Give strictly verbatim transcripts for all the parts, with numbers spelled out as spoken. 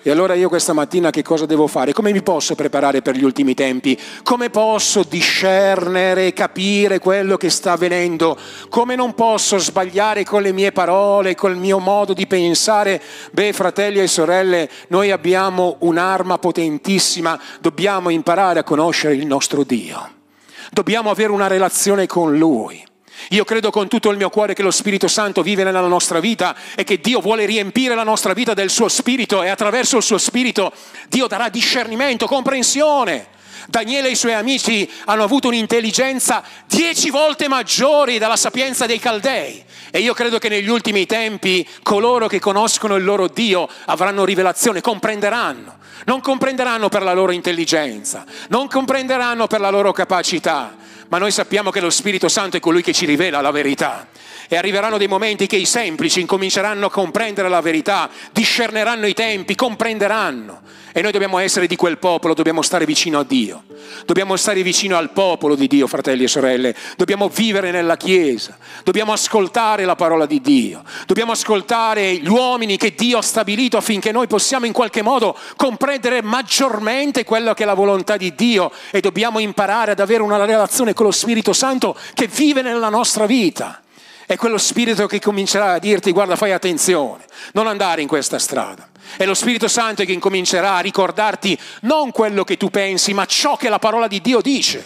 E allora io questa mattina che cosa devo fare? Come mi posso preparare per gli ultimi tempi? Come posso discernere, capire quello che sta avvenendo? Come non posso sbagliare con le mie parole, col mio modo di pensare? Beh, fratelli e sorelle, noi abbiamo un'arma potentissima, dobbiamo imparare a conoscere il nostro Dio. Dobbiamo avere una relazione con Lui. Io credo con tutto il mio cuore che lo Spirito Santo vive nella nostra vita e che Dio vuole riempire la nostra vita del suo Spirito, e attraverso il suo Spirito Dio darà discernimento, comprensione. Daniele e i suoi amici hanno avuto un'intelligenza dieci volte maggiore dalla sapienza dei Caldei, e io credo che negli ultimi tempi coloro che conoscono il loro Dio avranno rivelazione, comprenderanno. Non comprenderanno per la loro intelligenza, non comprenderanno per la loro capacità, ma noi sappiamo che lo Spirito Santo è colui che ci rivela la verità. E arriveranno dei momenti che i semplici incominceranno a comprendere la verità, discerneranno i tempi, comprenderanno. E noi dobbiamo essere di quel popolo, dobbiamo stare vicino a Dio. Dobbiamo stare vicino al popolo di Dio, fratelli e sorelle. Dobbiamo vivere nella Chiesa. Dobbiamo ascoltare la parola di Dio. Dobbiamo ascoltare gli uomini che Dio ha stabilito affinché noi possiamo in qualche modo comprendere maggiormente quello che è la volontà di Dio. E dobbiamo imparare ad avere una relazione con lo Spirito Santo che vive nella nostra vita. È quello Spirito che comincerà a dirti: guarda, fai attenzione, non andare in questa strada. È lo Spirito Santo che incomincerà a ricordarti non quello che tu pensi, ma ciò che la parola di Dio dice.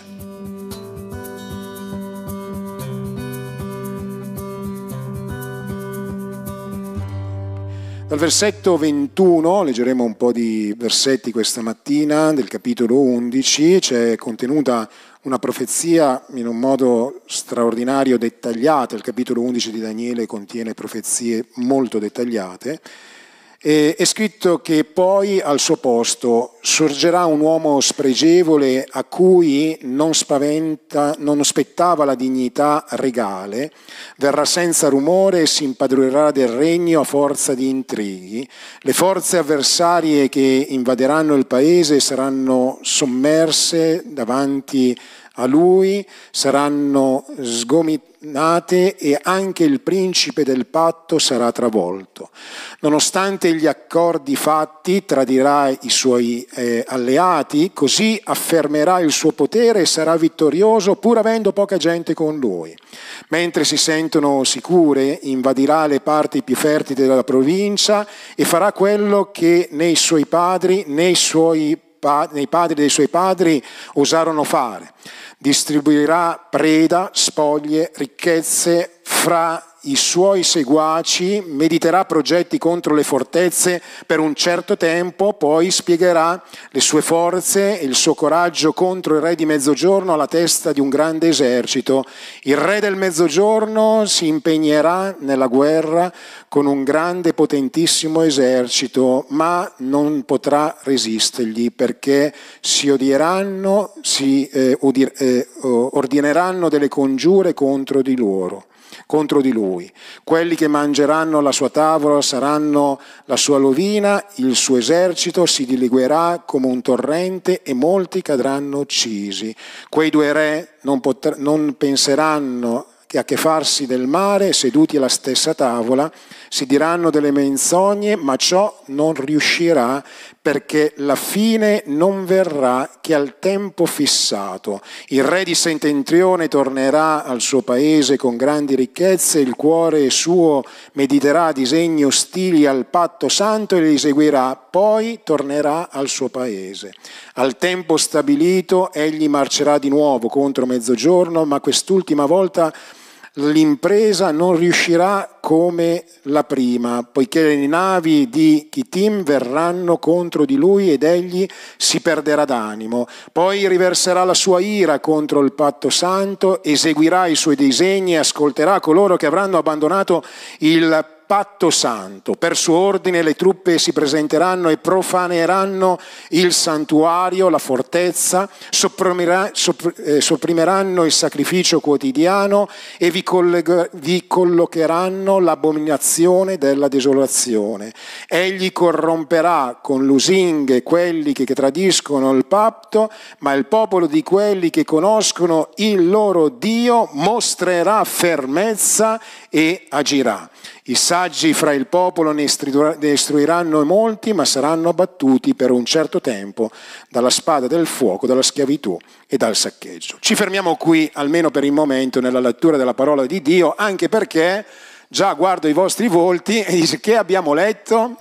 Dal versetto ventuno, leggeremo un po' di versetti questa mattina, del capitolo undici, c'è contenuta una profezia in un modo straordinario dettagliata. Il capitolo undici di Daniele contiene profezie molto dettagliate. E è scritto che poi al suo posto sorgerà un uomo spregevole a cui non spaventa, non spettava la dignità regale, verrà senza rumore e si impadronerà del regno a forza di intrighi. Le forze avversarie che invaderanno il paese saranno sommerse davanti a lui, saranno sgominate e anche il principe del patto sarà travolto. Nonostante gli accordi fatti, tradirà i suoi eh, alleati, così affermerà il suo potere e sarà vittorioso pur avendo poca gente con lui. Mentre si sentono sicure, invadirà le parti più fertili della provincia e farà quello che nei suoi padri, nei suoi pa- nei padri dei suoi padri osarono fare. Distribuirà preda, spoglie, ricchezze fra i suoi seguaci, mediterà progetti contro le fortezze per un certo tempo, poi spiegherà le sue forze e il suo coraggio contro il re di Mezzogiorno alla testa di un grande esercito. Il re del Mezzogiorno si impegnerà nella guerra con un grande potentissimo esercito, ma non potrà resistergli, perché si odieranno, si eh, odir, eh, ordineranno delle congiure contro di loro. contro di lui. Quelli che mangeranno la sua tavola saranno la sua rovina, il suo esercito si dileguerà come un torrente e molti cadranno uccisi. Quei due re non, poter, non penseranno a che farsi del male, seduti alla stessa tavola, si diranno delle menzogne, ma ciò non riuscirà, perché la fine non verrà che al tempo fissato. Il re di Settentrione tornerà al suo paese con grandi ricchezze, il cuore suo mediterà disegni ostili al patto santo e li eseguirà, poi tornerà al suo paese. Al tempo stabilito egli marcerà di nuovo contro Mezzogiorno, ma quest'ultima volta l'impresa non riuscirà come la prima, poiché le navi di Chittim verranno contro di lui ed egli si perderà d'animo. Poi riverserà la sua ira contro il patto santo, eseguirà i suoi disegni e ascolterà coloro che avranno abbandonato il patto santo. Per suo ordine le truppe si presenteranno e profaneranno il santuario, la fortezza, sopprimeranno il sacrificio quotidiano e vi, vi collocheranno l'abominazione della desolazione. Egli corromperà con lusinghe quelli che tradiscono il patto, ma il popolo di quelli che conoscono il loro Dio mostrerà fermezza e agirà. I saggi fra il popolo ne istruiranno molti, ma saranno abbattuti per un certo tempo dalla spada del fuoco, dalla schiavitù e dal saccheggio. Ci fermiamo qui, almeno per il momento, nella lettura della parola di Dio, anche perché già guardo i vostri volti e dice: che abbiamo letto?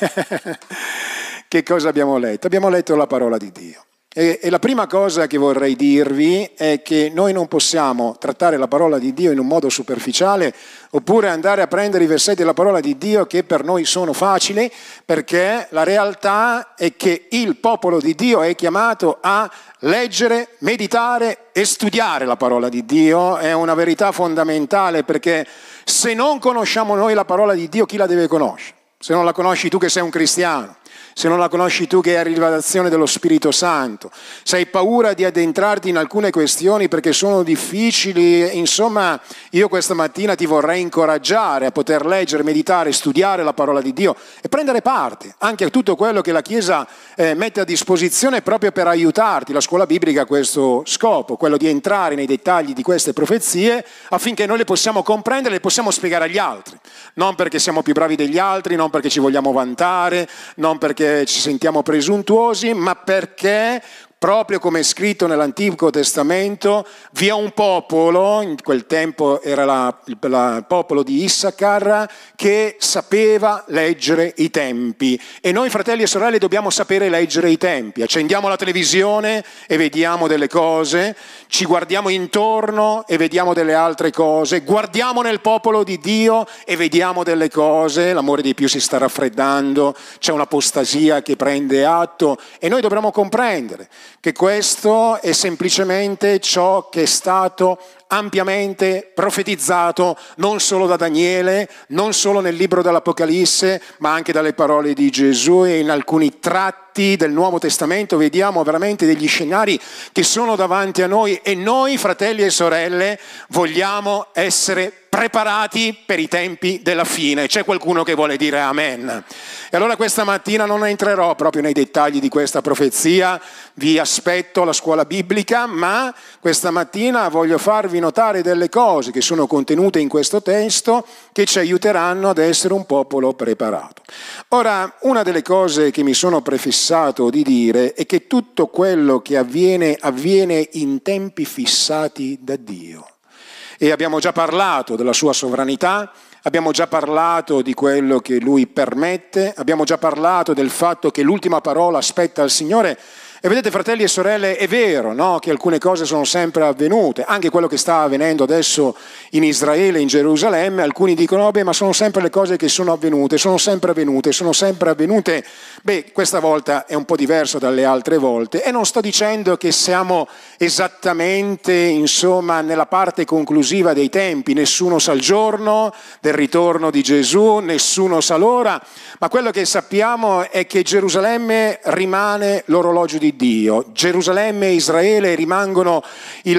Che cosa abbiamo letto? Abbiamo letto la parola di Dio. E, e la prima cosa che vorrei dirvi è che noi non possiamo trattare la parola di Dio in un modo superficiale oppure andare a prendere i versetti della parola di Dio che per noi sono facili, perché la realtà è che il popolo di Dio è chiamato a leggere, meditare e studiare la parola di Dio. È una verità fondamentale, perché se non conosciamo noi la parola di Dio, chi la deve conoscere? Se non la conosci tu che sei un cristiano, se non la conosci tu che hai rivelazione dello Spirito Santo, se hai paura di addentrarti in alcune questioni perché sono difficili, insomma, io questa mattina ti vorrei incoraggiare a poter leggere, meditare, studiare la parola di Dio e prendere parte anche a tutto quello che la Chiesa eh, mette a disposizione proprio per aiutarti. La scuola biblica ha questo scopo, quello di entrare nei dettagli di queste profezie affinché noi le possiamo comprendere e le possiamo spiegare agli altri, non perché siamo più bravi degli altri, non perché ci vogliamo vantare, non perché ci sentiamo presuntuosi, ma perché, proprio come è scritto nell'Antico Testamento, vi è un popolo, in quel tempo era la, il, la, il popolo di Issachar, che sapeva leggere i tempi. E noi, fratelli e sorelle, dobbiamo sapere leggere i tempi. Accendiamo la televisione e vediamo delle cose, ci guardiamo intorno e vediamo delle altre cose, guardiamo nel popolo di Dio e vediamo delle cose, l'amore di più si sta raffreddando, c'è un'apostasia che prende atto e noi dovremo comprendere che questo è semplicemente ciò che è stato ampiamente profetizzato non solo da Daniele, non solo nel libro dell'Apocalisse, ma anche dalle parole di Gesù, e in alcuni tratti del Nuovo Testamento vediamo veramente degli scenari che sono davanti a noi, e noi, fratelli e sorelle, vogliamo essere preparati per i tempi della fine. C'è qualcuno che vuole dire amen? E allora questa mattina non entrerò proprio nei dettagli di questa profezia, vi aspetto alla scuola biblica, ma questa mattina voglio farvi notare delle cose che sono contenute in questo testo che ci aiuteranno ad essere un popolo preparato. Ora, una delle cose che mi sono prefissato di dire è che tutto quello che avviene avviene in tempi fissati da Dio. E abbiamo già parlato della sua sovranità, abbiamo già parlato di quello che Lui permette, abbiamo già parlato del fatto che l'ultima parola spetta al Signore. E vedete, fratelli e sorelle, è vero, no, che alcune cose sono sempre avvenute, anche quello che sta avvenendo adesso in Israele, in Gerusalemme. Alcuni dicono, beh, ma sono sempre le cose che sono avvenute, sono sempre avvenute, sono sempre avvenute. Beh, questa volta è un po' diverso dalle altre volte, e non sto dicendo che siamo esattamente, insomma, nella parte conclusiva dei tempi. Nessuno sa il giorno del ritorno di Gesù, nessuno sa l'ora, ma quello che sappiamo è che Gerusalemme rimane l'orologio di Dio. Gerusalemme e Israele rimangono il,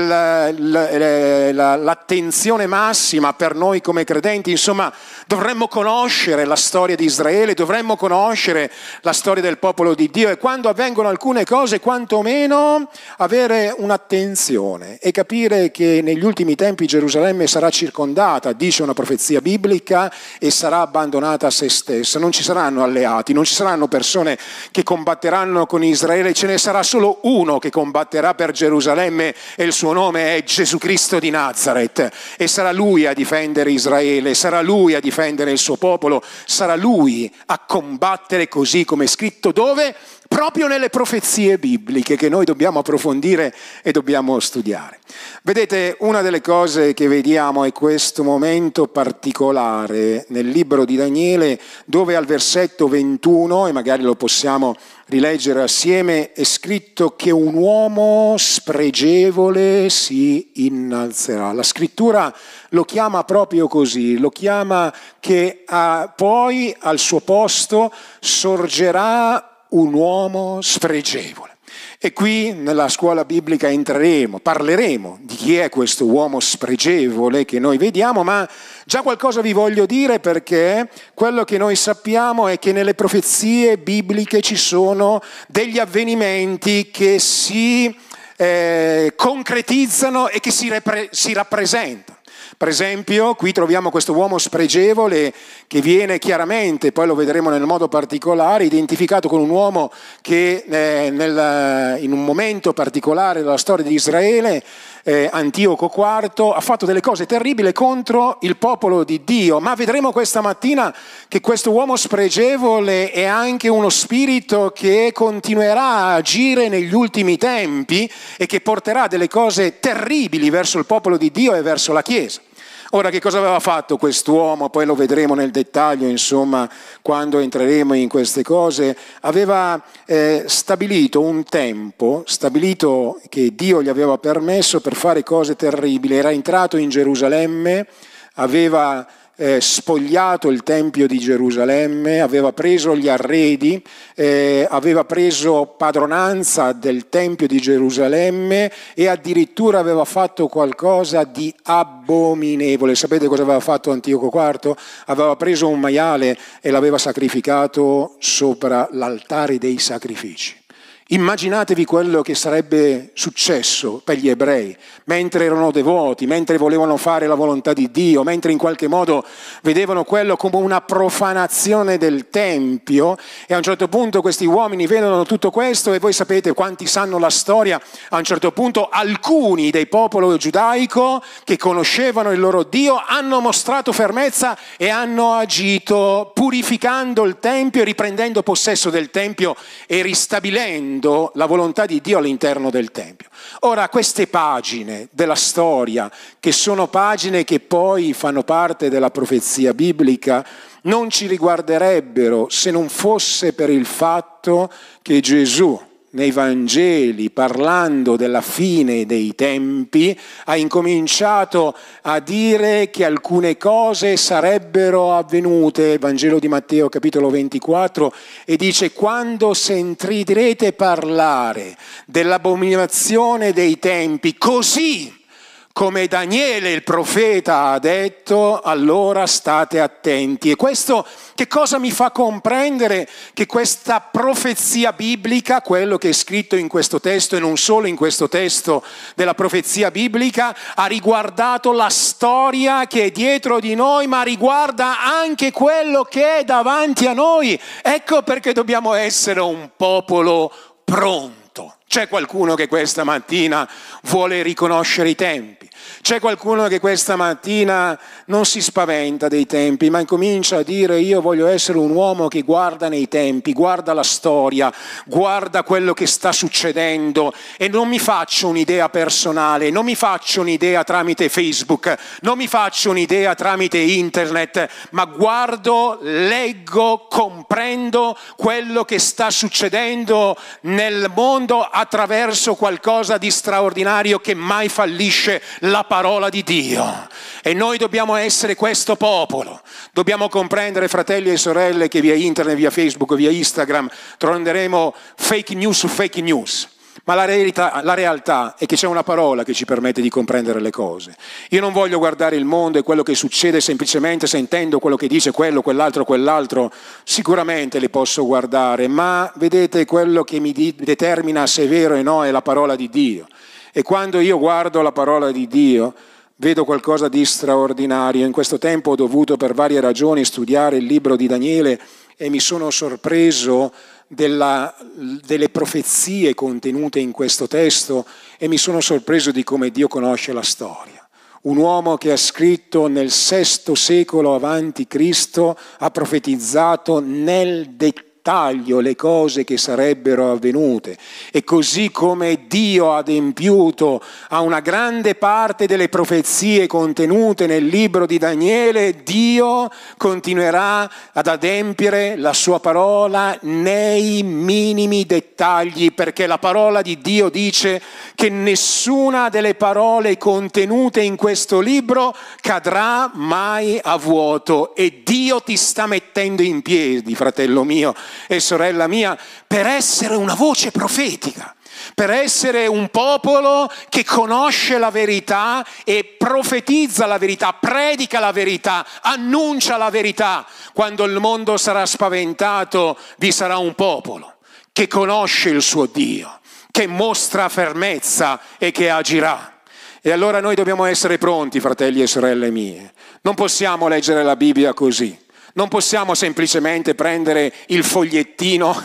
il, la, l'attenzione massima per noi come credenti. Insomma, dovremmo conoscere la storia di Israele, dovremmo conoscere la storia del popolo di Dio, e quando avvengono alcune cose, quantomeno avere un'attenzione e capire che negli ultimi tempi Gerusalemme sarà circondata, dice una profezia biblica, e sarà abbandonata a se stessa. Non ci saranno alleati, non ci saranno persone che combatteranno con Israele, ce ne sarà solo uno che combatterà per Gerusalemme, e il suo nome è Gesù Cristo di Nazaret, e sarà Lui a difendere Israele, sarà Lui a difendere il suo popolo, sarà Lui a combattere, così come è scritto dove? Proprio nelle profezie bibliche che noi dobbiamo approfondire e dobbiamo studiare. Vedete, una delle cose che vediamo è questo momento particolare nel libro di Daniele, dove al versetto ventuno, e magari lo possiamo rileggere assieme, è scritto che un uomo spregevole si innalzerà. La scrittura lo chiama proprio così, lo chiama che a, poi al suo posto sorgerà un uomo spregevole. E qui nella scuola biblica entreremo, parleremo di chi è questo uomo spregevole che noi vediamo, ma già qualcosa vi voglio dire, perché quello che noi sappiamo è che nelle profezie bibliche ci sono degli avvenimenti che si eh, concretizzano e che si, repre- si rappresentano. Per esempio, qui troviamo questo uomo spregevole che viene chiaramente, poi lo vedremo nel modo particolare, identificato con un uomo che eh, nel, in un momento particolare della storia di Israele, eh, Antioco quarto, ha fatto delle cose terribili contro il popolo di Dio. Ma vedremo questa mattina che questo uomo spregevole è anche uno spirito che continuerà a agire negli ultimi tempi e che porterà delle cose terribili verso il popolo di Dio e verso la Chiesa. Ora, che cosa aveva fatto quest'uomo? Poi lo vedremo nel dettaglio, insomma, quando entreremo in queste cose. Aveva eh, stabilito un tempo, stabilito che Dio gli aveva permesso per fare cose terribili. Era entrato in Gerusalemme, aveva eh, spogliato il Tempio di Gerusalemme, aveva preso gli arredi, eh, aveva preso padronanza del Tempio di Gerusalemme e addirittura aveva fatto qualcosa di abominevole. Sapete cosa aveva fatto Antioco quarto? Aveva preso un maiale e l'aveva sacrificato sopra l'altare dei sacrifici. Immaginatevi quello che sarebbe successo per gli ebrei, mentre erano devoti, mentre volevano fare la volontà di Dio, mentre in qualche modo vedevano quello come una profanazione del Tempio, e a un certo punto questi uomini vedono tutto questo, e voi sapete quanti sanno la storia, a un certo punto alcuni dei popolo giudaico che conoscevano il loro Dio hanno mostrato fermezza e hanno agito purificando il Tempio, riprendendo possesso del Tempio e ristabilendo la volontà di Dio all'interno del Tempio. Ora, queste pagine della storia, che sono pagine che poi fanno parte della profezia biblica, non ci riguarderebbero se non fosse per il fatto che Gesù, nei Vangeli, parlando della fine dei tempi, ha incominciato a dire che alcune cose sarebbero avvenute. Il Vangelo di Matteo, capitolo ventiquattro, e dice: quando sentirete parlare dell'abominazione dei tempi, così come Daniele il profeta ha detto, allora state attenti. E questo che cosa mi fa comprendere? Che questa profezia biblica, quello che è scritto in questo testo e non solo in questo testo della profezia biblica, ha riguardato la storia che è dietro di noi, ma riguarda anche quello che è davanti a noi. Ecco perché dobbiamo essere un popolo pronto. C'è qualcuno che questa mattina vuole riconoscere i tempi? C'è qualcuno che questa mattina non si spaventa dei tempi, ma incomincia a dire: io voglio essere un uomo che guarda nei tempi, guarda la storia, guarda quello che sta succedendo e non mi faccio un'idea personale, non mi faccio un'idea tramite Facebook, non mi faccio un'idea tramite internet, ma guardo, leggo, comprendo quello che sta succedendo nel mondo attraverso qualcosa di straordinario che mai fallisce, la parola di Dio. E noi dobbiamo essere questo popolo. Dobbiamo comprendere, fratelli e sorelle, che via internet, via Facebook, via Instagram troveremo fake news su fake news. Ma la realtà, la realtà è che c'è una parola che ci permette di comprendere le cose. Io non voglio guardare il mondo e quello che succede semplicemente sentendo quello che dice quello, quell'altro, quell'altro. Sicuramente li posso guardare, ma vedete, quello che mi di- determina se è vero o no è la parola di Dio. E quando io guardo la parola di Dio, vedo qualcosa di straordinario. In questo tempo ho dovuto per varie ragioni studiare il libro di Daniele e mi sono sorpreso della, delle profezie contenute in questo testo e mi sono sorpreso di come Dio conosce la storia. Un uomo che ha scritto nel sesto secolo avanti Cristo ha profetizzato nel dettaglio le cose che sarebbero avvenute, e così come Dio ha adempiuto a una grande parte delle profezie contenute nel libro di Daniele, Dio continuerà ad adempiere la sua parola nei minimi dettagli, perché la parola di Dio dice che nessuna delle parole contenute in questo libro cadrà mai a vuoto, e Dio ti sta mettendo in piedi, fratello mio e sorella mia, per essere una voce profetica, per essere un popolo che conosce la verità e profetizza la verità, predica la verità, annuncia la verità. Quando il mondo sarà spaventato, vi sarà un popolo che conosce il suo Dio, che mostra fermezza e che agirà. E allora noi dobbiamo essere pronti, fratelli e sorelle mie. Non possiamo leggere la Bibbia così. Non possiamo semplicemente prendere il fogliettino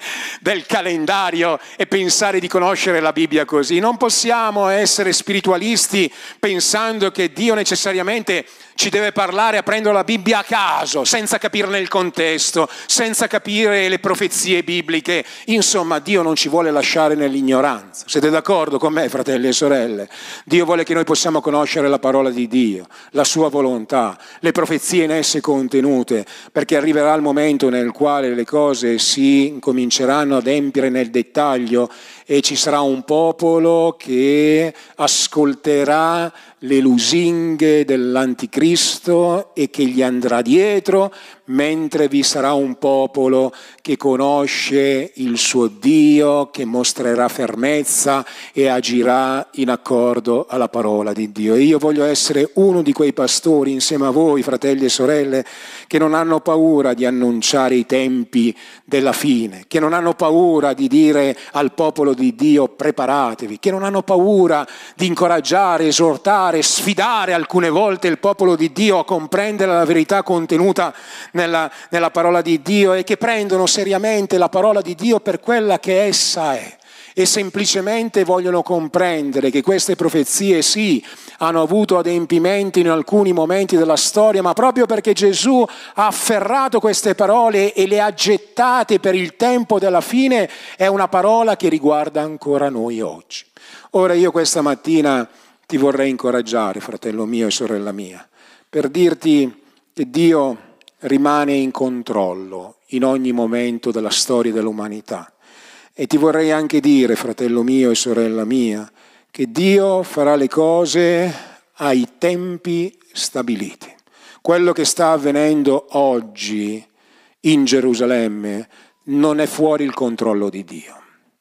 del calendario e pensare di conoscere la Bibbia così. Non possiamo essere spiritualisti pensando che Dio necessariamente ci deve parlare aprendo la Bibbia a caso, senza capirne il contesto, senza capire le profezie bibliche. Insomma, Dio non ci vuole lasciare nell'ignoranza. Siete d'accordo con me, fratelli e sorelle? Dio vuole che noi possiamo conoscere la parola di Dio, la sua volontà, le profezie in esse contenute, perché arriverà il momento nel quale le cose si cominceranno ad empiere nel dettaglio e ci sarà un popolo che ascolterà le lusinghe dell'anticristo e che gli andrà dietro, mentre vi sarà un popolo che conosce il suo Dio, che mostrerà fermezza e agirà in accordo alla parola di Dio. E io voglio essere uno di quei pastori insieme a voi, fratelli e sorelle, che non hanno paura di annunciare i tempi della fine, che non hanno paura di dire al popolo di Dio preparatevi, che non hanno paura di incoraggiare, esortare, sfidare alcune volte il popolo di Dio a comprendere la verità contenuta nella, nella parola di Dio e che prendono seriamente la parola di Dio per quella che essa è e semplicemente vogliono comprendere che queste profezie sì hanno avuto adempimenti in alcuni momenti della storia, ma proprio perché Gesù ha afferrato queste parole e le ha gettate per il tempo della fine, è una parola che riguarda ancora noi oggi. Ora io questa mattina ti vorrei incoraggiare, fratello mio e sorella mia, per dirti che Dio rimane in controllo in ogni momento della storia dell'umanità. E ti vorrei anche dire, fratello mio e sorella mia, che Dio farà le cose ai tempi stabiliti. Quello che sta avvenendo oggi in Gerusalemme non è fuori il controllo di Dio.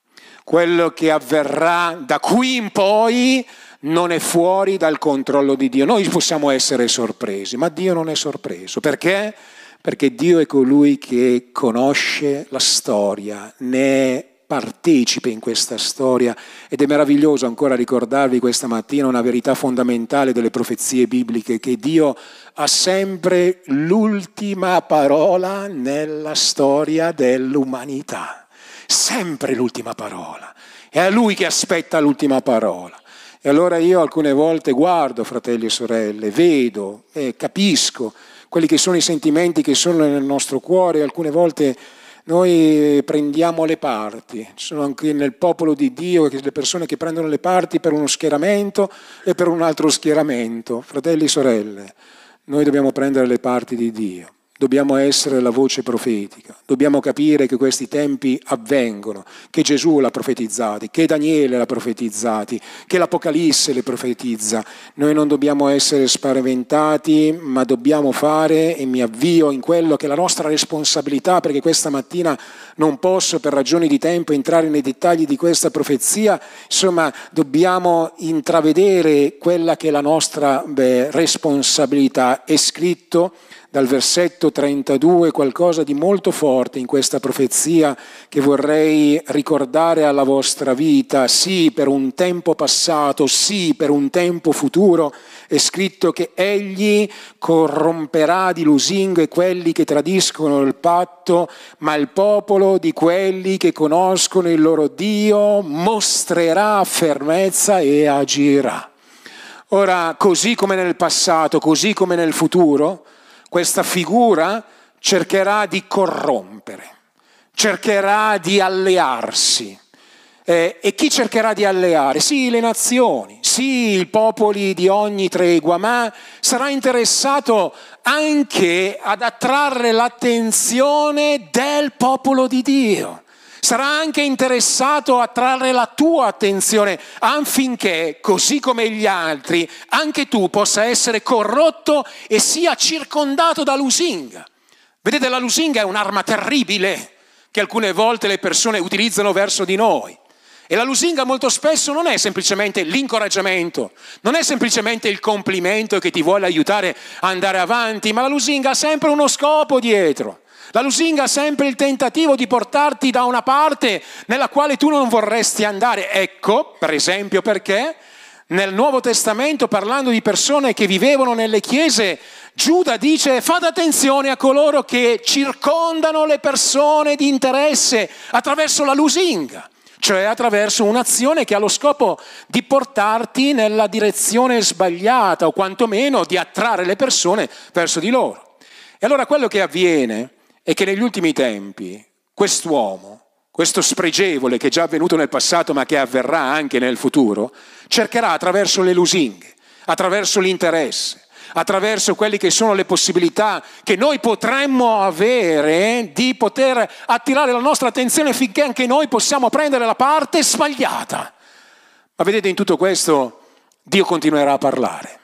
Quello che avverrà da qui in poi non è fuori dal controllo di Dio. Noi possiamo essere sorpresi, ma Dio non è sorpreso. Perché? Perché Dio è colui che conosce la storia, ne è partecipe in questa storia ed è meraviglioso ancora ricordarvi questa mattina una verità fondamentale delle profezie bibliche, che Dio ha sempre l'ultima parola nella storia dell'umanità, sempre l'ultima parola, è a Lui che aspetta l'ultima parola. E allora io alcune volte guardo, fratelli e sorelle, vedo e capisco quelli che sono i sentimenti che sono nel nostro cuore, e alcune volte noi prendiamo le parti. Ci sono anche nel popolo di Dio le persone che prendono le parti per uno schieramento e per un altro schieramento. Fratelli e sorelle, noi dobbiamo prendere le parti di Dio. Dobbiamo essere la voce profetica, dobbiamo capire che questi tempi avvengono, che Gesù l'ha profetizzati, che Daniele l'ha profetizzati, che l'Apocalisse le profetizza. Noi non dobbiamo essere spaventati, ma dobbiamo fare, e mi avvio in quello che è la nostra responsabilità, perché questa mattina non posso per ragioni di tempo entrare nei dettagli di questa profezia, insomma dobbiamo intravedere quella che è la nostra beh, responsabilità. È scritto dal versetto trentadue qualcosa di molto forte in questa profezia che vorrei ricordare alla vostra vita. Sì, per un tempo passato, sì, per un tempo futuro, è scritto che egli corromperà di lusinghe quelli che tradiscono il patto, ma il popolo di quelli che conoscono il loro Dio mostrerà fermezza e agirà. Ora, così come nel passato, così come nel futuro, questa figura cercherà di corrompere, cercherà di allearsi. Eh, e chi cercherà di alleare? Sì, le nazioni, sì, i popoli di ogni tregua, ma sarà interessato anche ad attrarre l'attenzione del popolo di Dio. Sarà anche interessato a trarre la tua attenzione affinché, così come gli altri, anche tu possa essere corrotto e sia circondato da lusinga. Vedete, la lusinga è un'arma terribile che alcune volte le persone utilizzano verso di noi. E la lusinga molto spesso non è semplicemente l'incoraggiamento, non è semplicemente il complimento che ti vuole aiutare a andare avanti, ma la lusinga ha sempre uno scopo dietro. La lusinga ha sempre il tentativo di portarti da una parte nella quale tu non vorresti andare. Ecco, per esempio, perché Nel Nuovo Testamento, parlando di persone che vivevano nelle chiese, Giuda dice: fate attenzione a coloro che circondano le persone di interesse attraverso la lusinga, cioè attraverso un'azione che ha lo scopo di portarti nella direzione sbagliata o quantomeno di attrarre le persone verso di loro. E allora quello che avviene è che negli ultimi tempi quest'uomo, questo spregevole che è già avvenuto nel passato ma che avverrà anche nel futuro, cercherà attraverso le lusinghe, attraverso l'interesse, attraverso quelle che sono le possibilità che noi potremmo avere di poter attirare la nostra attenzione finché anche noi possiamo prendere la parte sbagliata. Ma vedete, in tutto questo Dio continuerà a parlare.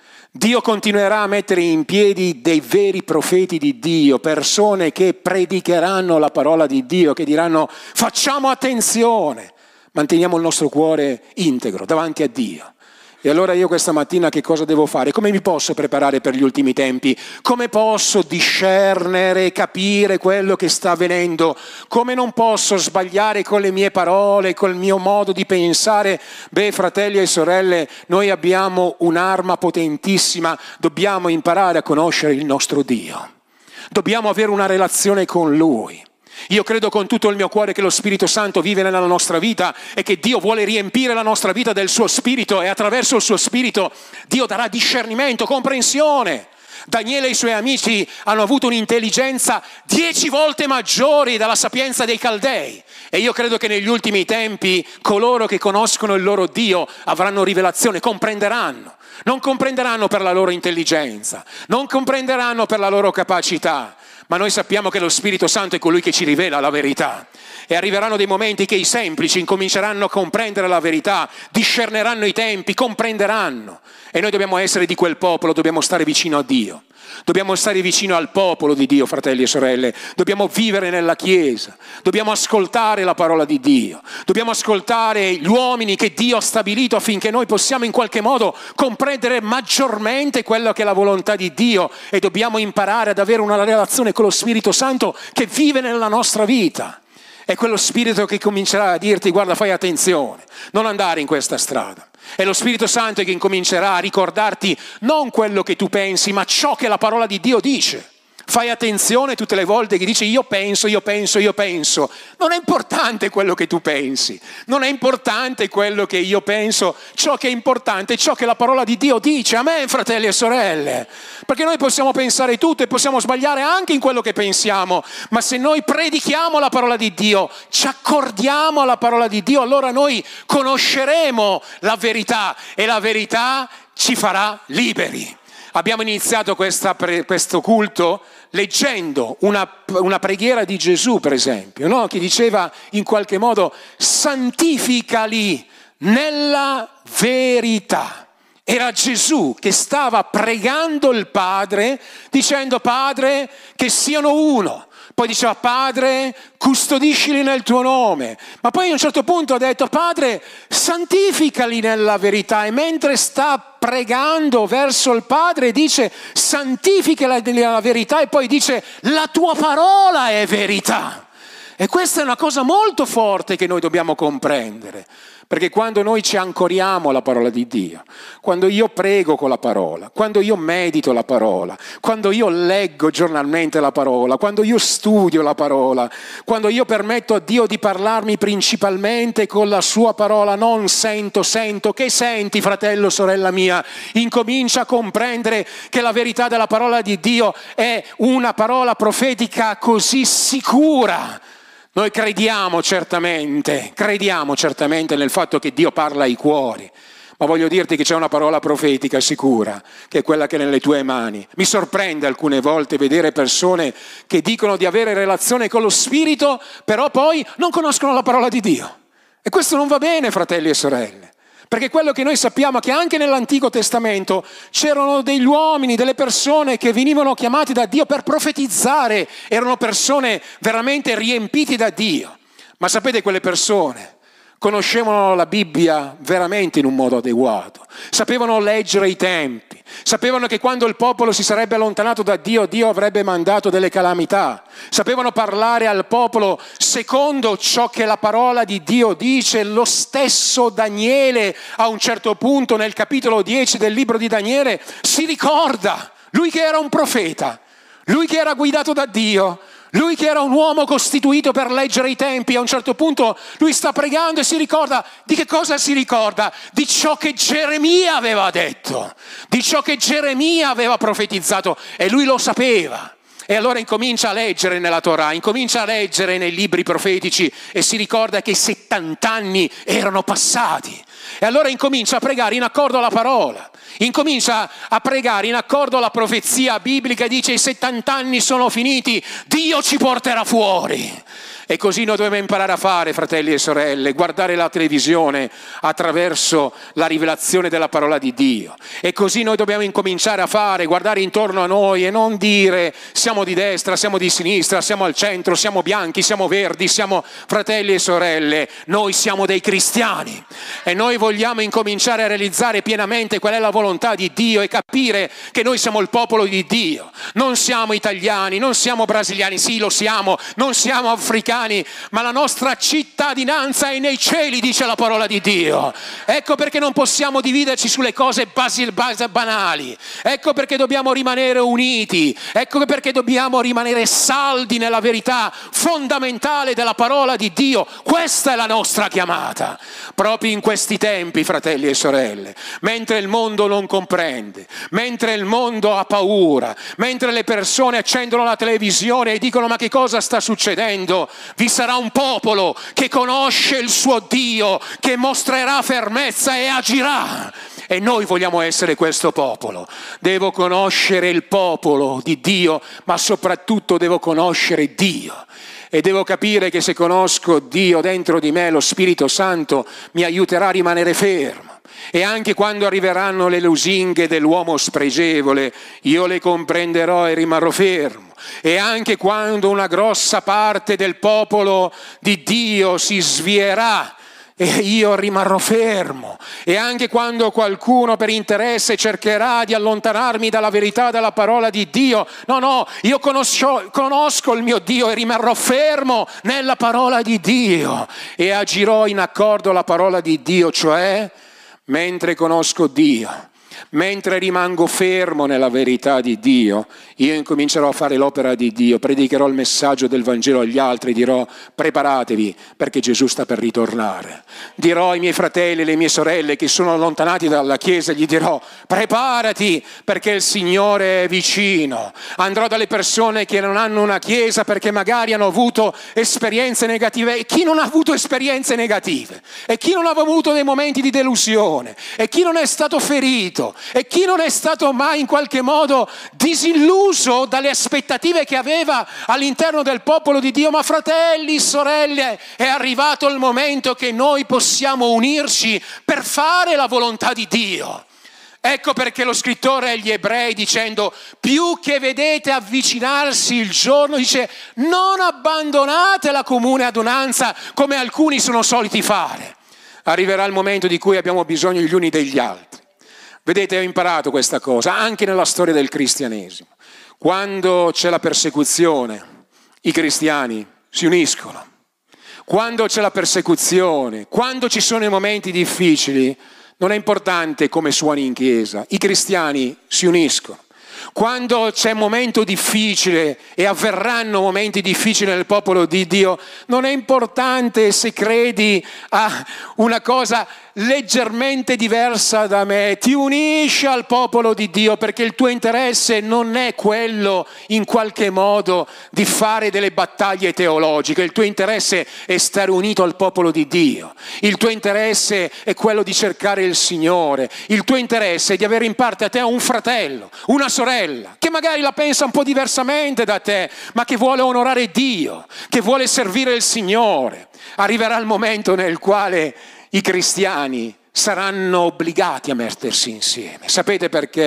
Dio continuerà a mettere in piedi dei veri profeti di Dio, persone che predicheranno la parola di Dio, che diranno: facciamo attenzione, manteniamo il nostro cuore integro davanti a Dio. E allora io questa mattina che cosa devo fare? Come mi posso preparare per gli ultimi tempi? Come posso discernere, capire quello che sta avvenendo? Come non posso sbagliare con le mie parole, col mio modo di pensare? Beh, fratelli e sorelle, noi abbiamo un'arma potentissima, dobbiamo imparare a conoscere il nostro Dio. Dobbiamo avere una relazione con Lui. Io credo con tutto il mio cuore che lo Spirito Santo vive nella nostra vita e che Dio vuole riempire la nostra vita del suo Spirito, e attraverso il suo Spirito Dio darà discernimento, comprensione. Daniele e i suoi amici hanno avuto un'intelligenza dieci volte maggiore dalla sapienza dei Caldei, e io credo che negli ultimi tempi coloro che conoscono il loro Dio avranno rivelazione, comprenderanno. Non comprenderanno per la loro intelligenza, non comprenderanno per la loro capacità, ma noi sappiamo che lo Spirito Santo è colui che ci rivela la verità. E arriveranno dei momenti che i semplici incominceranno a comprendere la verità, discerneranno i tempi, comprenderanno. E noi dobbiamo essere di quel popolo, dobbiamo stare vicino a Dio. Dobbiamo stare vicino al popolo di Dio, fratelli e sorelle. Dobbiamo vivere nella Chiesa. Dobbiamo ascoltare la parola di Dio. Dobbiamo ascoltare gli uomini che Dio ha stabilito affinché noi possiamo in qualche modo comprendere maggiormente quello che è la volontà di Dio. E dobbiamo imparare ad avere una relazione con lo Spirito Santo che vive nella nostra vita. È quello Spirito che comincerà a dirti: guarda, fai attenzione, non andare in questa strada. È lo Spirito Santo che incomincerà a ricordarti non quello che tu pensi, ma ciò che la parola di Dio dice. Fai attenzione tutte le volte che dici io penso, io penso, io penso. Non è importante quello che tu pensi, non è importante quello che io penso, ciò che è importante è ciò che la parola di Dio dice. Amen, fratelli e sorelle. Perché noi possiamo pensare tutto e possiamo sbagliare anche in quello che pensiamo, ma se noi predichiamo la parola di Dio, ci accordiamo alla parola di Dio, allora noi conosceremo la verità e la verità ci farà liberi. Abbiamo iniziato questa, questo culto leggendo una, una preghiera di Gesù, per esempio, no? Che diceva in qualche modo: santificali nella verità. Era Gesù che stava pregando il Padre, dicendo: Padre, che siano uno. Poi diceva: Padre, custodiscili nel tuo nome. Ma poi a un certo punto ha detto: Padre, santificali nella verità. E mentre sta pregando verso il Padre dice: santificali nella verità. E poi dice: la tua parola è verità. E questa è una cosa molto forte che noi dobbiamo comprendere. Perché quando noi ci ancoriamo alla parola di Dio, quando io prego con la parola, quando io medito la parola, quando io leggo giornalmente la parola, quando io studio la parola, quando io permetto a Dio di parlarmi principalmente con la sua parola, non sento, sento, che senti, fratello, sorella mia? Incomincia a comprendere che la verità della parola di Dio è una parola profetica così sicura. Noi crediamo certamente, crediamo certamente nel fatto che Dio parla ai cuori, ma voglio dirti che c'è una parola profetica sicura, che è quella che è nelle tue mani. Mi sorprende alcune volte vedere persone che dicono di avere relazione con lo Spirito, però poi non conoscono la parola di Dio. E questo non va bene, fratelli e sorelle. Perché quello che noi sappiamo è che anche nell'Antico Testamento c'erano degli uomini, delle persone che venivano chiamati da Dio per profetizzare, erano persone veramente riempite da Dio. Ma sapete, quelle persone conoscevano la Bibbia veramente in un modo adeguato, sapevano leggere i tempi, Sapevano che quando il popolo si sarebbe allontanato da Dio, Dio avrebbe mandato delle calamità. Sapevano parlare al popolo secondo ciò che la parola di Dio dice. Lo stesso Daniele, a un certo punto nel capitolo dieci del libro di Daniele, si ricorda, lui che era un profeta, lui che era guidato da Dio, lui che era un uomo costituito per leggere i tempi, a un certo punto lui sta pregando e si ricorda. Di che cosa si ricorda? Di ciò che Geremia aveva detto, di ciò che Geremia aveva profetizzato, e lui lo sapeva. E allora incomincia a leggere nella Torah, incomincia a leggere nei libri profetici e si ricorda che settanta anni erano passati. E allora incomincia a pregare in accordo alla parola, incomincia a pregare in accordo alla profezia biblica e dice: i settanta anni sono finiti, Dio ci porterà fuori. E così noi dobbiamo imparare a fare, fratelli e sorelle, guardare la televisione attraverso la rivelazione della parola di Dio. E così noi dobbiamo incominciare a fare, guardare intorno a noi e non dire siamo di destra, siamo di sinistra, siamo al centro, siamo bianchi, siamo verdi, siamo fratelli e sorelle. Noi siamo dei cristiani e noi vogliamo incominciare a realizzare pienamente qual è la volontà di Dio e capire che noi siamo il popolo di Dio. Non siamo italiani, non siamo brasiliani, sì lo siamo, non siamo africani, ma la nostra cittadinanza è nei cieli, dice la parola di Dio. Ecco perché non possiamo dividerci sulle cose basi, basi, banali. Ecco perché dobbiamo rimanere uniti. Ecco perché dobbiamo rimanere saldi nella verità fondamentale della parola di Dio. Questa è la nostra chiamata. Proprio in questi tempi, fratelli e sorelle, mentre il mondo non comprende, mentre il mondo ha paura, mentre le persone accendono la televisione e dicono: ma che cosa sta succedendo? Vi sarà un popolo che conosce il suo Dio, che mostrerà fermezza e agirà. E noi vogliamo essere questo popolo. Devo conoscere il popolo di Dio, ma soprattutto devo conoscere Dio. E devo capire che se conosco Dio dentro di me, lo Spirito Santo mi aiuterà a rimanere fermo. E anche quando arriveranno le lusinghe dell'uomo spregevole, io le comprenderò e rimarrò fermo. E anche quando una grossa parte del popolo di Dio si svierà, e io rimarrò fermo. E anche quando qualcuno per interesse cercherà di allontanarmi dalla verità della parola di Dio, no, no, io conosco, conosco il mio Dio e rimarrò fermo nella parola di Dio e agirò in accordo alla parola di Dio, cioè mentre conosco Dio, mentre rimango fermo nella verità di Dio, io incomincerò a fare l'opera di Dio, predicherò il messaggio del Vangelo agli altri, dirò: preparatevi perché Gesù sta per ritornare. Dirò ai miei fratelli e alle mie sorelle che sono allontanati dalla Chiesa, gli dirò: preparati perché il Signore è vicino. Andrò dalle persone che non hanno una Chiesa perché magari hanno avuto esperienze negative. E chi non ha avuto esperienze negative? E chi non ha avuto dei momenti di delusione? E chi non è stato ferito? E chi non è stato mai in qualche modo disilluso dalle aspettative che aveva all'interno del popolo di Dio? Ma fratelli, sorelle, è arrivato il momento che noi possiamo unirci per fare la volontà di Dio. Ecco perché lo scrittore agli Ebrei, dicendo: più che vedete avvicinarsi il giorno, dice: non abbandonate la comune adunanza come alcuni sono soliti fare. Arriverà il momento di cui abbiamo bisogno gli uni degli altri. Vedete, ho imparato questa cosa anche nella storia del cristianesimo. Quando c'è la persecuzione, i cristiani si uniscono. Quando c'è la persecuzione, quando ci sono i momenti difficili, non è importante come suoni in chiesa, i cristiani si uniscono. Quando c'è un momento difficile e avverranno momenti difficili nel popolo di Dio, non è importante se credi a una cosa leggermente diversa da me, ti unisci al popolo di Dio perché il tuo interesse non è quello in qualche modo di fare delle battaglie teologiche, il tuo interesse è stare unito al popolo di Dio, il tuo interesse è quello di cercare il Signore, il tuo interesse è di avere in parte a te un fratello, una sorella, che magari la pensa un po' diversamente da te, ma che vuole onorare Dio, che vuole servire il Signore. Arriverà il momento nel quale i cristiani saranno obbligati a mettersi insieme. Sapete perché?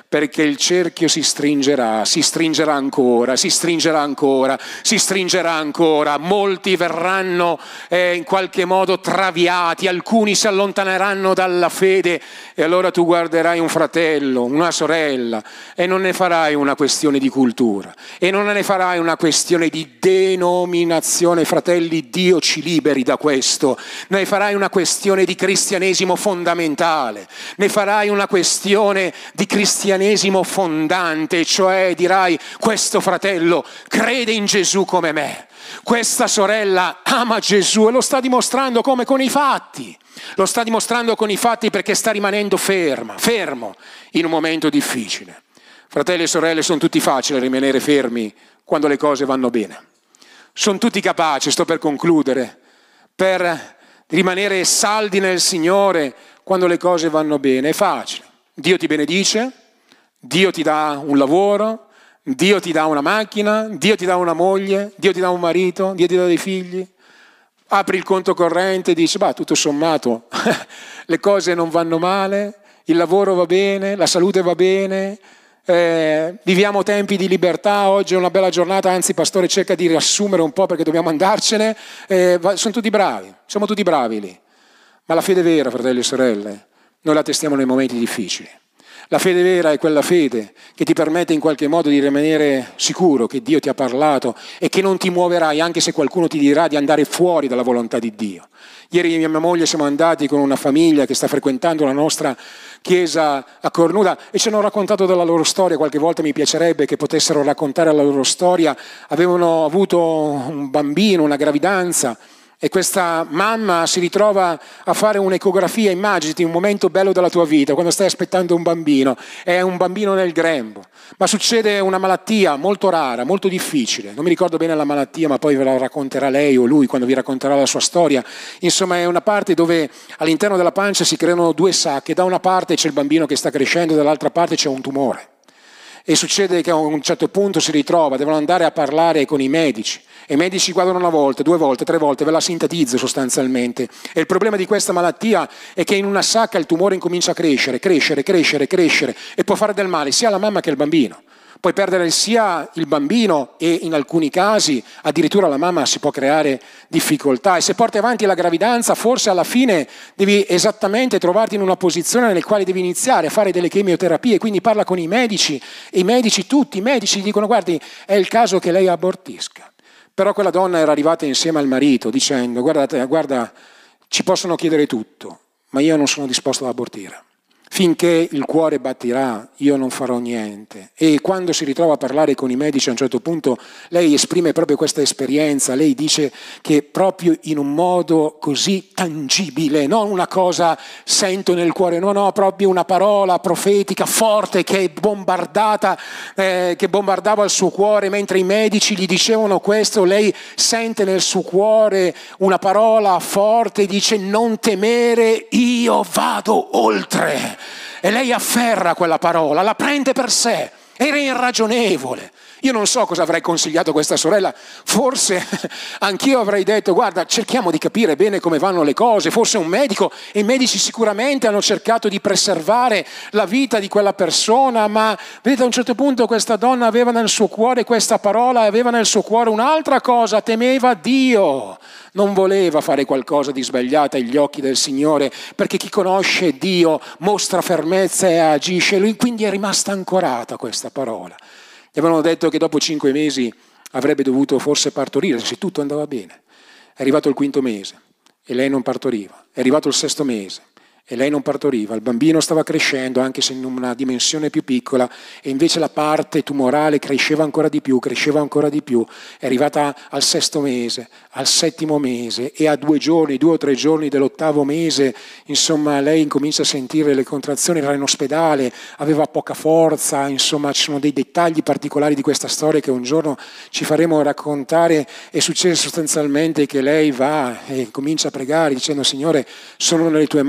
perché il cerchio si stringerà, si stringerà ancora, si stringerà ancora, si stringerà ancora, molti verranno eh, in qualche modo traviati, alcuni si allontaneranno dalla fede e allora tu guarderai un fratello, una sorella e non ne farai una questione di cultura e non ne farai una questione di denominazione. Fratelli, Dio ci liberi da questo, ne farai una questione di cristianesimo fondamentale, ne farai una questione di cristianesimo fondante, cioè dirai: questo fratello crede in Gesù come me, questa sorella ama Gesù e lo sta dimostrando come? Con i fatti. Lo sta dimostrando con i fatti perché sta rimanendo ferma, fermo in un momento difficile. Fratelli e sorelle, sono tutti facili a rimanere fermi quando le cose vanno bene. Sono tutti capaci, sto per concludere, per rimanere saldi nel Signore quando le cose vanno bene. È facile. Dio ti benedice, Dio ti dà un lavoro, Dio ti dà una macchina, Dio ti dà una moglie, Dio ti dà un marito, Dio ti dà dei figli. Apri il conto corrente e dici: bah, tutto sommato le cose non vanno male, il lavoro va bene, la salute va bene, eh, viviamo tempi di libertà, oggi è una bella giornata, anzi pastore cerca di riassumere un po' perché dobbiamo andarcene, eh, sono tutti bravi, siamo tutti bravi lì. Ma la fede vera, fratelli e sorelle, noi la testiamo nei momenti difficili. La fede vera è quella fede che ti permette in qualche modo di rimanere sicuro che Dio ti ha parlato e che non ti muoverai anche se qualcuno ti dirà di andare fuori dalla volontà di Dio. Ieri io e mia moglie siamo andati con una famiglia che sta frequentando la nostra chiesa a Cornuda e ci hanno raccontato della loro storia. Qualche volta mi piacerebbe che potessero raccontare la loro storia. Avevano avuto un bambino, una gravidanza, e questa mamma si ritrova a fare un'ecografia. Immaginati un momento bello della tua vita, quando stai aspettando un bambino, è un bambino nel grembo, ma succede una malattia molto rara, molto difficile, non mi ricordo bene la malattia, ma poi ve la racconterà lei o lui quando vi racconterà la sua storia. Insomma, è una parte dove all'interno della pancia si creano due sacche, da una parte c'è il bambino che sta crescendo, dall'altra parte c'è un tumore. E succede che a un certo punto si ritrova, devono andare a parlare con i medici. E i medici guardano una volta, due volte, tre volte, ve la sintetizzo sostanzialmente. E il problema di questa malattia è che in una sacca il tumore incomincia a crescere, crescere, crescere, crescere e può fare del male sia alla mamma che al bambino. Puoi perdere sia il bambino e in alcuni casi addirittura la mamma si può creare difficoltà. E se porti avanti la gravidanza, forse alla fine devi esattamente trovarti in una posizione nella quale devi iniziare a fare delle chemioterapie. Quindi parla con i medici e i medici, tutti i medici, gli dicono: guardi, è il caso che lei abortisca. Però quella donna era arrivata insieme al marito dicendo: guardate, guarda, ci possono chiedere tutto, ma io non sono disposto ad abortire. Finché il cuore batterà, io non farò niente. E quando si ritrova a parlare con i medici, a un certo punto lei esprime proprio questa esperienza. Lei dice che proprio in un modo così tangibile, non una cosa sento nel cuore, no, no, proprio una parola profetica forte che è bombardata, eh, che bombardava il suo cuore, mentre i medici gli dicevano questo, lei sente nel suo cuore una parola forte, dice: non temere, io vado oltre. E lei afferra quella parola, la prende per sé, era irragionevole. Io non so cosa avrei consigliato a questa sorella, forse anch'io avrei detto: guarda, cerchiamo di capire bene come vanno le cose, forse un medico, e i medici sicuramente hanno cercato di preservare la vita di quella persona, ma vedete, a un certo punto questa donna aveva nel suo cuore questa parola, aveva nel suo cuore un'altra cosa, temeva Dio, non voleva fare qualcosa di sbagliato agli occhi del Signore, perché chi conosce Dio mostra fermezza e agisce, lui quindi è rimasta ancorata a questa parola. Gli avevano detto che dopo cinque mesi avrebbe dovuto forse partorire, se tutto andava bene. È arrivato il quinto mese e lei non partoriva. È arrivato il sesto mese e lei non partoriva. Il bambino stava crescendo, anche se in una dimensione più piccola, e invece la parte tumorale cresceva ancora di più, cresceva ancora di più. È arrivata al sesto mese, al settimo mese, e a due giorni, due o tre giorni dell'ottavo mese, insomma, lei incomincia a sentire le contrazioni, era in ospedale, aveva poca forza, insomma, ci sono dei dettagli particolari di questa storia che un giorno ci faremo raccontare. E succede sostanzialmente che lei va e comincia a pregare dicendo: Signore, sono nelle tue mani, gli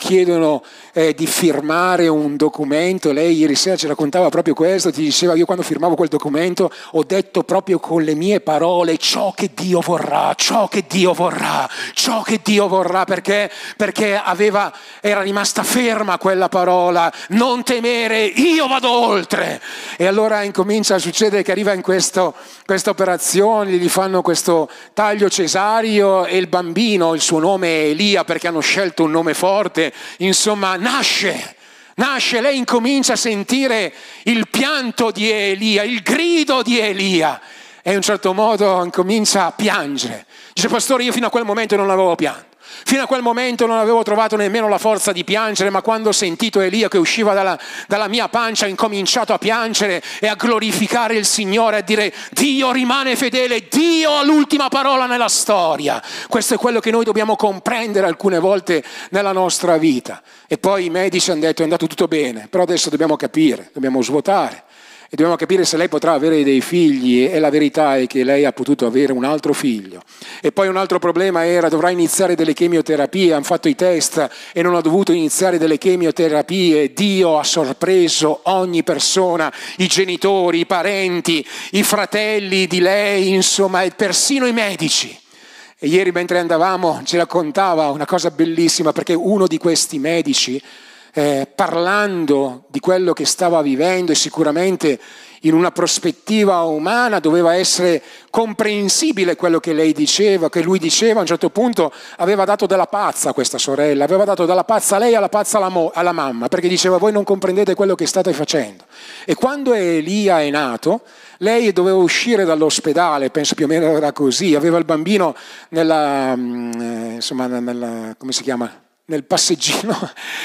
chiedono eh, di firmare un documento, lei ieri sera ci raccontava proprio questo, ti diceva: io quando firmavo quel documento ho detto proprio con le mie parole ciò che Dio vorrà, ciò che Dio vorrà, ciò che Dio vorrà, perché, perché aveva, era rimasta ferma quella parola: non temere, io vado oltre. E allora incomincia a succedere che arriva in questo, questa operazione, gli fanno questo taglio cesareo e il bambino, il suo nome è Elia perché hanno scelto un nome forte, insomma nasce, nasce, lei incomincia a sentire il pianto di Elia, il grido di Elia e in un certo modo incomincia a piangere. Dice: pastore, io fino a quel momento non avevo pianto. Fino a quel momento non avevo trovato nemmeno la forza di piangere, ma quando ho sentito Elia che usciva dalla, dalla mia pancia ho incominciato a piangere e a glorificare il Signore, a dire: Dio rimane fedele, Dio ha l'ultima parola nella storia. Questo è quello che noi dobbiamo comprendere alcune volte nella nostra vita. E poi i medici hanno detto: è andato tutto bene, però adesso dobbiamo capire, dobbiamo svuotare. E dobbiamo capire se lei potrà avere dei figli, e la verità è che lei ha potuto avere un altro figlio. E poi un altro problema era: dovrà iniziare delle chemioterapie, hanno fatto i test e non ha dovuto iniziare delle chemioterapie. Dio ha sorpreso ogni persona, i genitori, i parenti, i fratelli di lei, insomma, e persino i medici. E ieri mentre andavamo ci raccontava una cosa bellissima, perché uno di questi medici, Eh, parlando di quello che stava vivendo, e sicuramente in una prospettiva umana doveva essere comprensibile quello che lei diceva, che lui diceva, a un certo punto aveva dato della pazza a questa sorella, aveva dato della pazza a lei e alla pazza alla, mo- alla mamma, perché diceva: voi non comprendete quello che state facendo. E quando Elia è nato, lei doveva uscire dall'ospedale, penso più o meno era così, aveva il bambino nella, eh, insomma, nella, come si chiama? nel passeggino,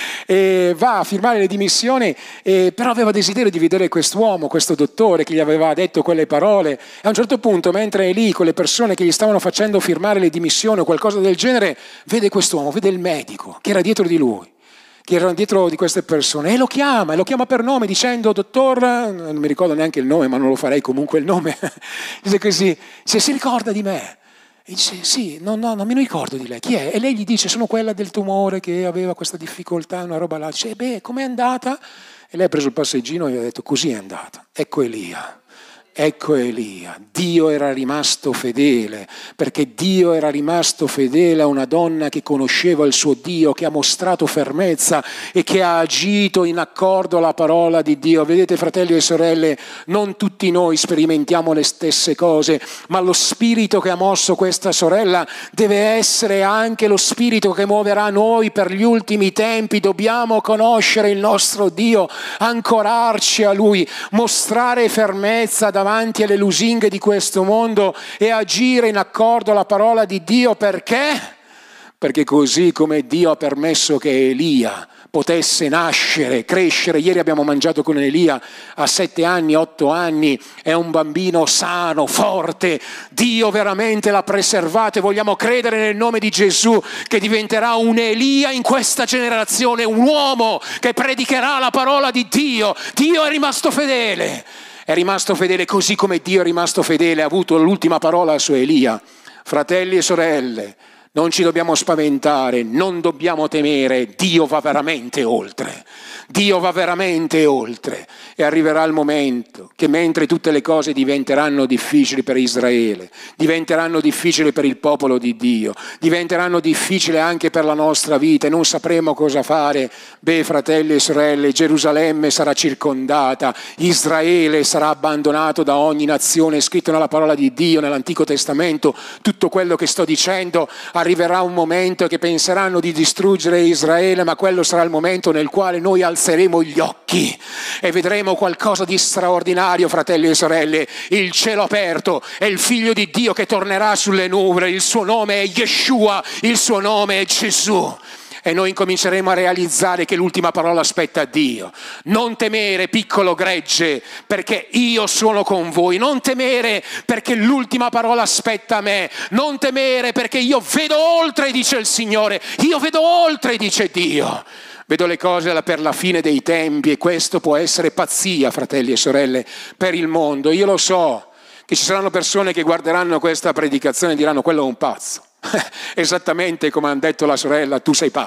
e va a firmare le dimissioni, e però aveva desiderio di vedere quest'uomo, questo dottore che gli aveva detto quelle parole. E a un certo punto, mentre è lì con le persone che gli stavano facendo firmare le dimissioni o qualcosa del genere, vede quest'uomo, vede il medico che era dietro di lui, che erano dietro di queste persone, e lo chiama, e lo chiama per nome dicendo: dottor, non mi ricordo neanche il nome, ma non lo farei comunque il nome, dice così, se si ricorda di me. E dice: sì, no, no, non mi ricordo di lei, chi è? E lei gli dice: sono quella del tumore che aveva questa difficoltà, una roba là. Dice: beh, com'è andata? E lei ha preso il passeggino e gli ha detto: così è andata. Ecco Elia. Ecco Elia, Dio era rimasto fedele, perché Dio era rimasto fedele a una donna che conosceva il suo Dio, che ha mostrato fermezza e che ha agito in accordo alla parola di Dio. Vedete, fratelli e sorelle, non tutti noi sperimentiamo le stesse cose, ma lo spirito che ha mosso questa sorella deve essere anche lo spirito che muoverà noi per gli ultimi tempi. Dobbiamo conoscere il nostro Dio, ancorarci a Lui, mostrare fermezza da davanti alle lusinghe di questo mondo e agire in accordo alla parola di Dio. Perché? Perché così come Dio ha permesso che Elia potesse nascere, crescere. Ieri abbiamo mangiato con Elia a sette anni, otto anni, è un bambino sano, forte. Dio veramente l'ha preservato, e vogliamo credere nel nome di Gesù che diventerà un Elia in questa generazione, un uomo che predicherà la parola di Dio. Dio è rimasto fedele. È rimasto fedele così come Dio è rimasto fedele, ha avuto l'ultima parola su Elia. Fratelli e sorelle, non ci dobbiamo spaventare, non dobbiamo temere, Dio va veramente oltre. Dio va veramente oltre, e arriverà il momento che mentre tutte le cose diventeranno difficili per Israele, diventeranno difficili per il popolo di Dio, diventeranno difficili anche per la nostra vita e non sapremo cosa fare, beh, fratelli e sorelle, Gerusalemme sarà circondata, Israele sarà abbandonato da ogni nazione. È scritto nella parola di Dio nell'Antico Testamento tutto quello che sto dicendo. Arriverà un momento che penseranno di distruggere Israele, ma quello sarà il momento nel quale noi alzeremo gli occhi e vedremo qualcosa di straordinario, fratelli e sorelle. Il cielo aperto e il Figlio di Dio che tornerà sulle nuvole. Il suo nome è Yeshua, il suo nome è Gesù. E noi incominceremo a realizzare che l'ultima parola spetta a Dio. Non temere, piccolo gregge, perché io sono con voi. Non temere perché l'ultima parola spetta a me. Non temere perché io vedo oltre, dice il Signore. Io vedo oltre, dice Dio. Vedo le cose per la fine dei tempi, e questo può essere pazzia, fratelli e sorelle, per il mondo. Io lo so che ci saranno persone che guarderanno questa predicazione e diranno: quello è un pazzo. Esattamente come ha detto la sorella, tu sei pazza.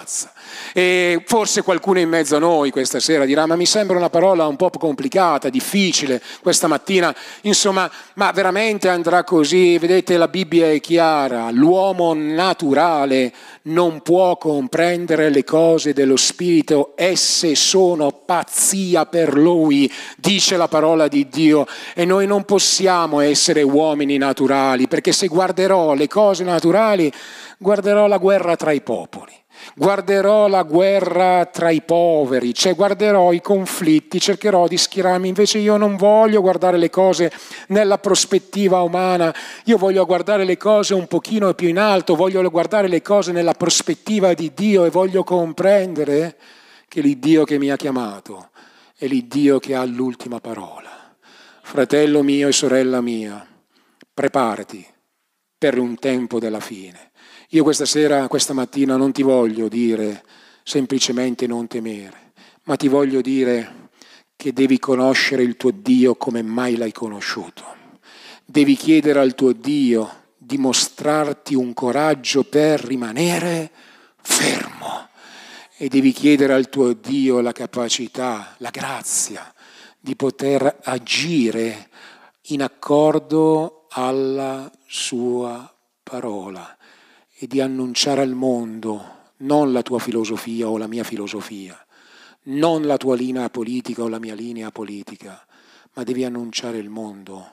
E forse qualcuno in mezzo a noi questa sera dirà: ma mi sembra una parola un po' complicata, difficile questa mattina, insomma, ma veramente andrà così? Vedete, la Bibbia è chiara: l'uomo naturale non può comprendere le cose dello Spirito, esse sono pazzia per lui, dice la parola di Dio. E noi non possiamo essere uomini naturali, perché se guarderò le cose naturali, guarderò la guerra tra i popoli, guarderò la guerra tra i poveri, cioè guarderò i conflitti, cercherò di schierarmi. Invece io non voglio guardare le cose nella prospettiva umana, io voglio guardare le cose un pochino più in alto, voglio guardare le cose nella prospettiva di Dio e voglio comprendere che l'Iddio che mi ha chiamato è l'Iddio che ha l'ultima parola. Fratello mio e sorella mia, preparati per un tempo della fine. Io questa sera, questa mattina non ti voglio dire semplicemente non temere, ma ti voglio dire che devi conoscere il tuo Dio come mai l'hai conosciuto. Devi chiedere al tuo Dio di mostrarti un coraggio per rimanere fermo e devi chiedere al tuo Dio la capacità, la grazia di poter agire in accordo alla sua parola e di annunciare al mondo non la tua filosofia o la mia filosofia, non la tua linea politica o la mia linea politica, ma devi annunciare al mondo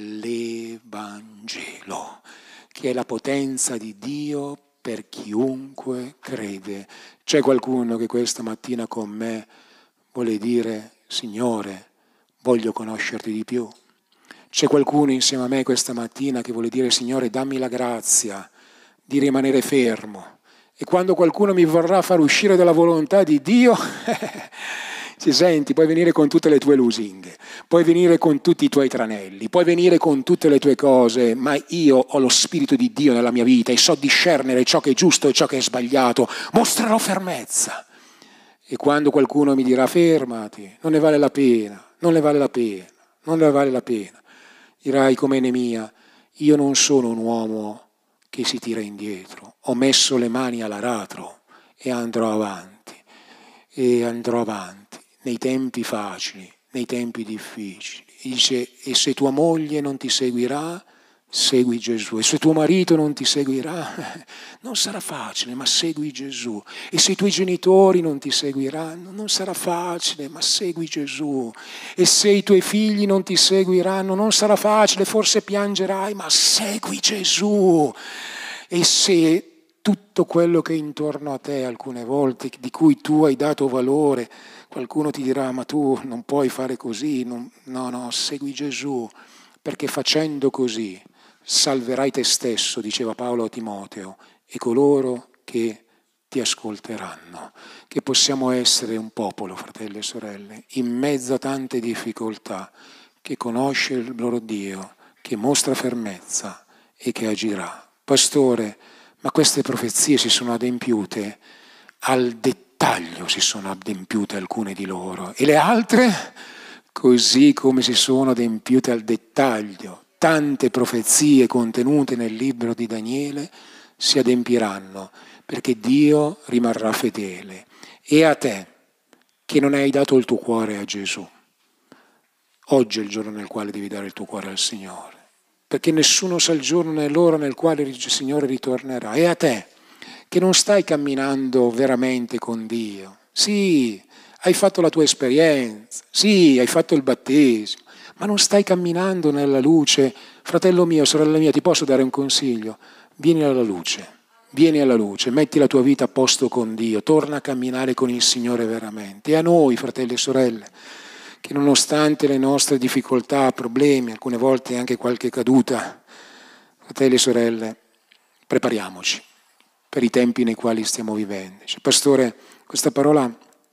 l'Evangelo, che è la potenza di Dio per chiunque crede. C'è qualcuno che questa mattina con me vuole dire: Signore, voglio conoscerti di più? C'è qualcuno insieme a me questa mattina che vuole dire: Signore, dammi la grazia di rimanere fermo. E quando qualcuno mi vorrà far uscire dalla volontà di Dio, ci senti, puoi venire con tutte le tue lusinghe, puoi venire con tutti i tuoi tranelli, puoi venire con tutte le tue cose, ma io ho lo Spirito di Dio nella mia vita e so discernere ciò che è giusto e ciò che è sbagliato, mostrerò fermezza. E quando qualcuno mi dirà: fermati, non ne vale la pena, non ne vale la pena, non ne vale la pena, dirai come Nemia: io non sono un uomo che si tira indietro, ho messo le mani all'aratro e andrò avanti, e andrò avanti, nei tempi facili, nei tempi difficili. Dice: e se tua moglie non ti seguirà, segui Gesù. E se tuo marito non ti seguirà, non sarà facile, ma segui Gesù. E se i tuoi genitori non ti seguiranno, non sarà facile, ma segui Gesù. E se i tuoi figli non ti seguiranno, non sarà facile, forse piangerai, ma segui Gesù. E se tutto quello che è intorno a te, alcune volte, di cui tu hai dato valore, qualcuno ti dirà: ma tu non puoi fare così, non, no, no, segui Gesù, perché facendo così salverai te stesso, diceva Paolo a Timoteo, e coloro che ti ascolteranno. Che possiamo essere un popolo, fratelli e sorelle, in mezzo a tante difficoltà, che conosce il loro Dio, che mostra fermezza e che agirà. Pastore, ma queste profezie si sono adempiute al dettaglio, si sono adempiute alcune di loro, e le altre, così come si sono adempiute al dettaglio, tante profezie contenute nel libro di Daniele si adempiranno, perché Dio rimarrà fedele. E a te, che non hai dato il tuo cuore a Gesù, oggi è il giorno nel quale devi dare il tuo cuore al Signore, perché nessuno sa il giorno né l'ora nel quale il Signore ritornerà. E a te, che non stai camminando veramente con Dio, sì, hai fatto la tua esperienza, sì, hai fatto il battesimo, ma non stai camminando nella luce. Fratello mio, sorella mia, ti posso dare un consiglio? Vieni alla luce, vieni alla luce, metti la tua vita a posto con Dio, torna a camminare con il Signore veramente. E a noi, fratelli e sorelle, che nonostante le nostre difficoltà, problemi, alcune volte anche qualche caduta, fratelli e sorelle, prepariamoci per i tempi nei quali stiamo vivendo. Dice: Pastore, questa parola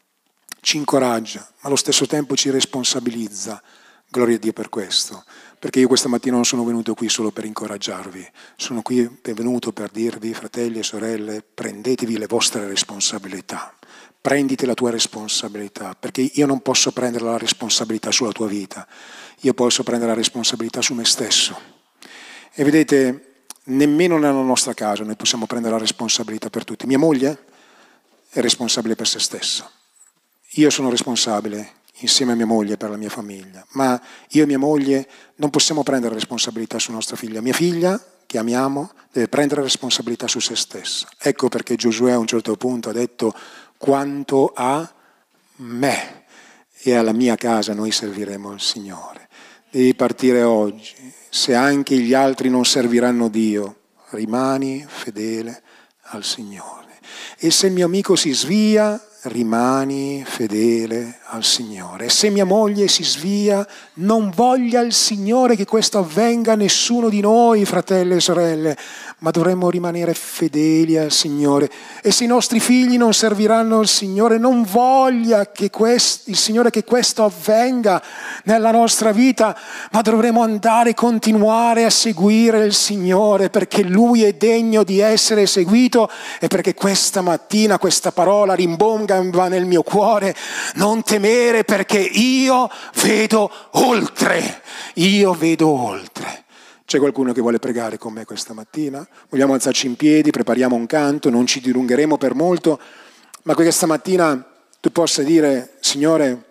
ci incoraggia, ma allo stesso tempo ci responsabilizza. Gloria a Dio per questo, perché io questa mattina non sono venuto qui solo per incoraggiarvi, sono qui venuto per dirvi: fratelli e sorelle, prendetevi le vostre responsabilità, prenditi la tua responsabilità, perché io non posso prendere la responsabilità sulla tua vita, io posso prendere la responsabilità su me stesso. E vedete, nemmeno nella nostra casa noi possiamo prendere la responsabilità per tutti. Mia moglie è responsabile per se stessa. Io sono responsabile insieme a mia moglie per la mia famiglia, ma io e mia moglie non possiamo prendere responsabilità su nostra figlia. Mia figlia, che amiamo, deve prendere responsabilità su se stessa. Ecco perché Giosuè a un certo punto ha detto: quanto a me e alla mia casa noi serviremo il Signore. Devi partire oggi. Se anche gli altri non serviranno Dio, rimani fedele al Signore. E se il mio amico si svia, rimani fedele al Signore. E se mia moglie si svia, non voglia il Signore che questo avvenga a nessuno di noi, fratelli e sorelle, ma dovremmo rimanere fedeli al Signore. E se i nostri figli non serviranno al Signore, non voglia che quest- il Signore che questo avvenga nella nostra vita, ma dovremo andare e continuare a seguire il Signore, perché Lui è degno di essere seguito e perché questa mattina questa parola rimbomba nel mio cuore: non temere, perché io vedo oltre, io vedo oltre. C'è qualcuno che vuole pregare con me questa mattina? Vogliamo alzarci in piedi, prepariamo un canto, non ci dilungheremo per molto, ma questa mattina tu possa dire: Signore,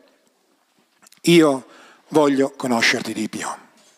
io voglio conoscerti di più.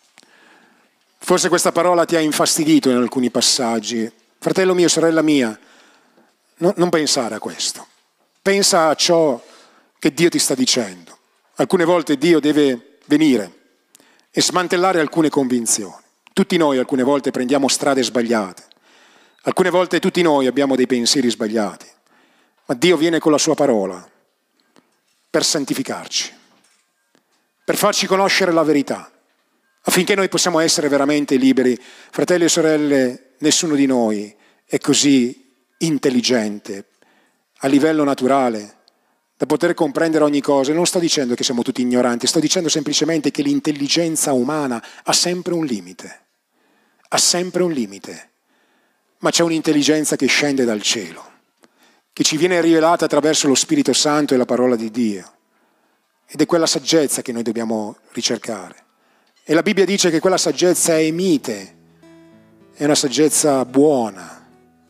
Forse questa parola ti ha infastidito in alcuni passaggi. Fratello mio, sorella mia, no, non pensare a questo. Pensa a ciò che Dio ti sta dicendo. Alcune volte Dio deve venire e smantellare alcune convinzioni. Tutti noi alcune volte prendiamo strade sbagliate. Alcune volte tutti noi abbiamo dei pensieri sbagliati. Ma Dio viene con la sua parola per santificarci, per farci conoscere la verità, affinché noi possiamo essere veramente liberi. Fratelli e sorelle, nessuno di noi è così intelligente a livello naturale da poter comprendere ogni cosa. Non sto dicendo che siamo tutti ignoranti, sto dicendo semplicemente che l'intelligenza umana ha sempre un limite, ha sempre un limite, ma c'è un'intelligenza che scende dal cielo, che ci viene rivelata attraverso lo Spirito Santo e la parola di Dio, ed è quella saggezza che noi dobbiamo ricercare. E la Bibbia dice che quella saggezza è mite, è una saggezza buona,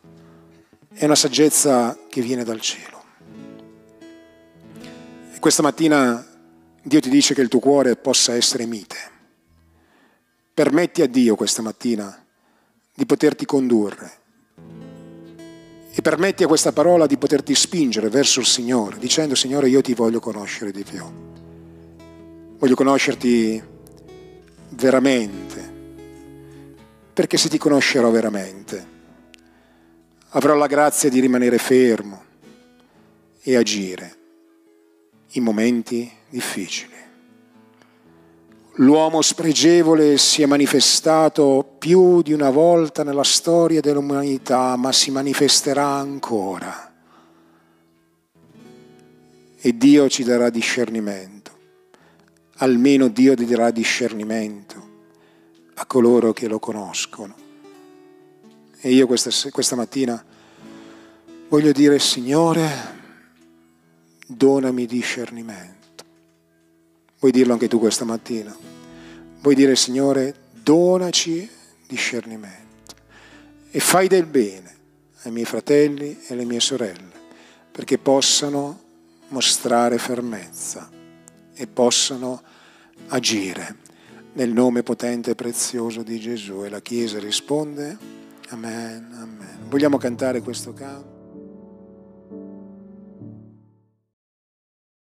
è una saggezza che viene dal cielo. E questa mattina Dio ti dice che il tuo cuore possa essere mite. Permetti a Dio questa mattina di poterti condurre e permetti a questa parola di poterti spingere verso il Signore, dicendo: Signore, io ti voglio conoscere di più. Voglio conoscerti veramente, perché se ti conoscerò veramente avrò la grazia di rimanere fermo e agire in momenti difficili. L'uomo spregevole si è manifestato più di una volta nella storia dell'umanità, ma si manifesterà ancora. E Dio ci darà discernimento. Almeno Dio darà discernimento a coloro che lo conoscono. E io questa, questa mattina voglio dire: Signore, donami discernimento. Vuoi dirlo anche tu questa mattina? Vuoi dire: Signore, donaci discernimento e fai del bene ai miei fratelli e alle mie sorelle, perché possano mostrare fermezza e possano agire nel nome potente e prezioso di Gesù. E la Chiesa risponde: Amen, amen. Vogliamo cantare questo canto?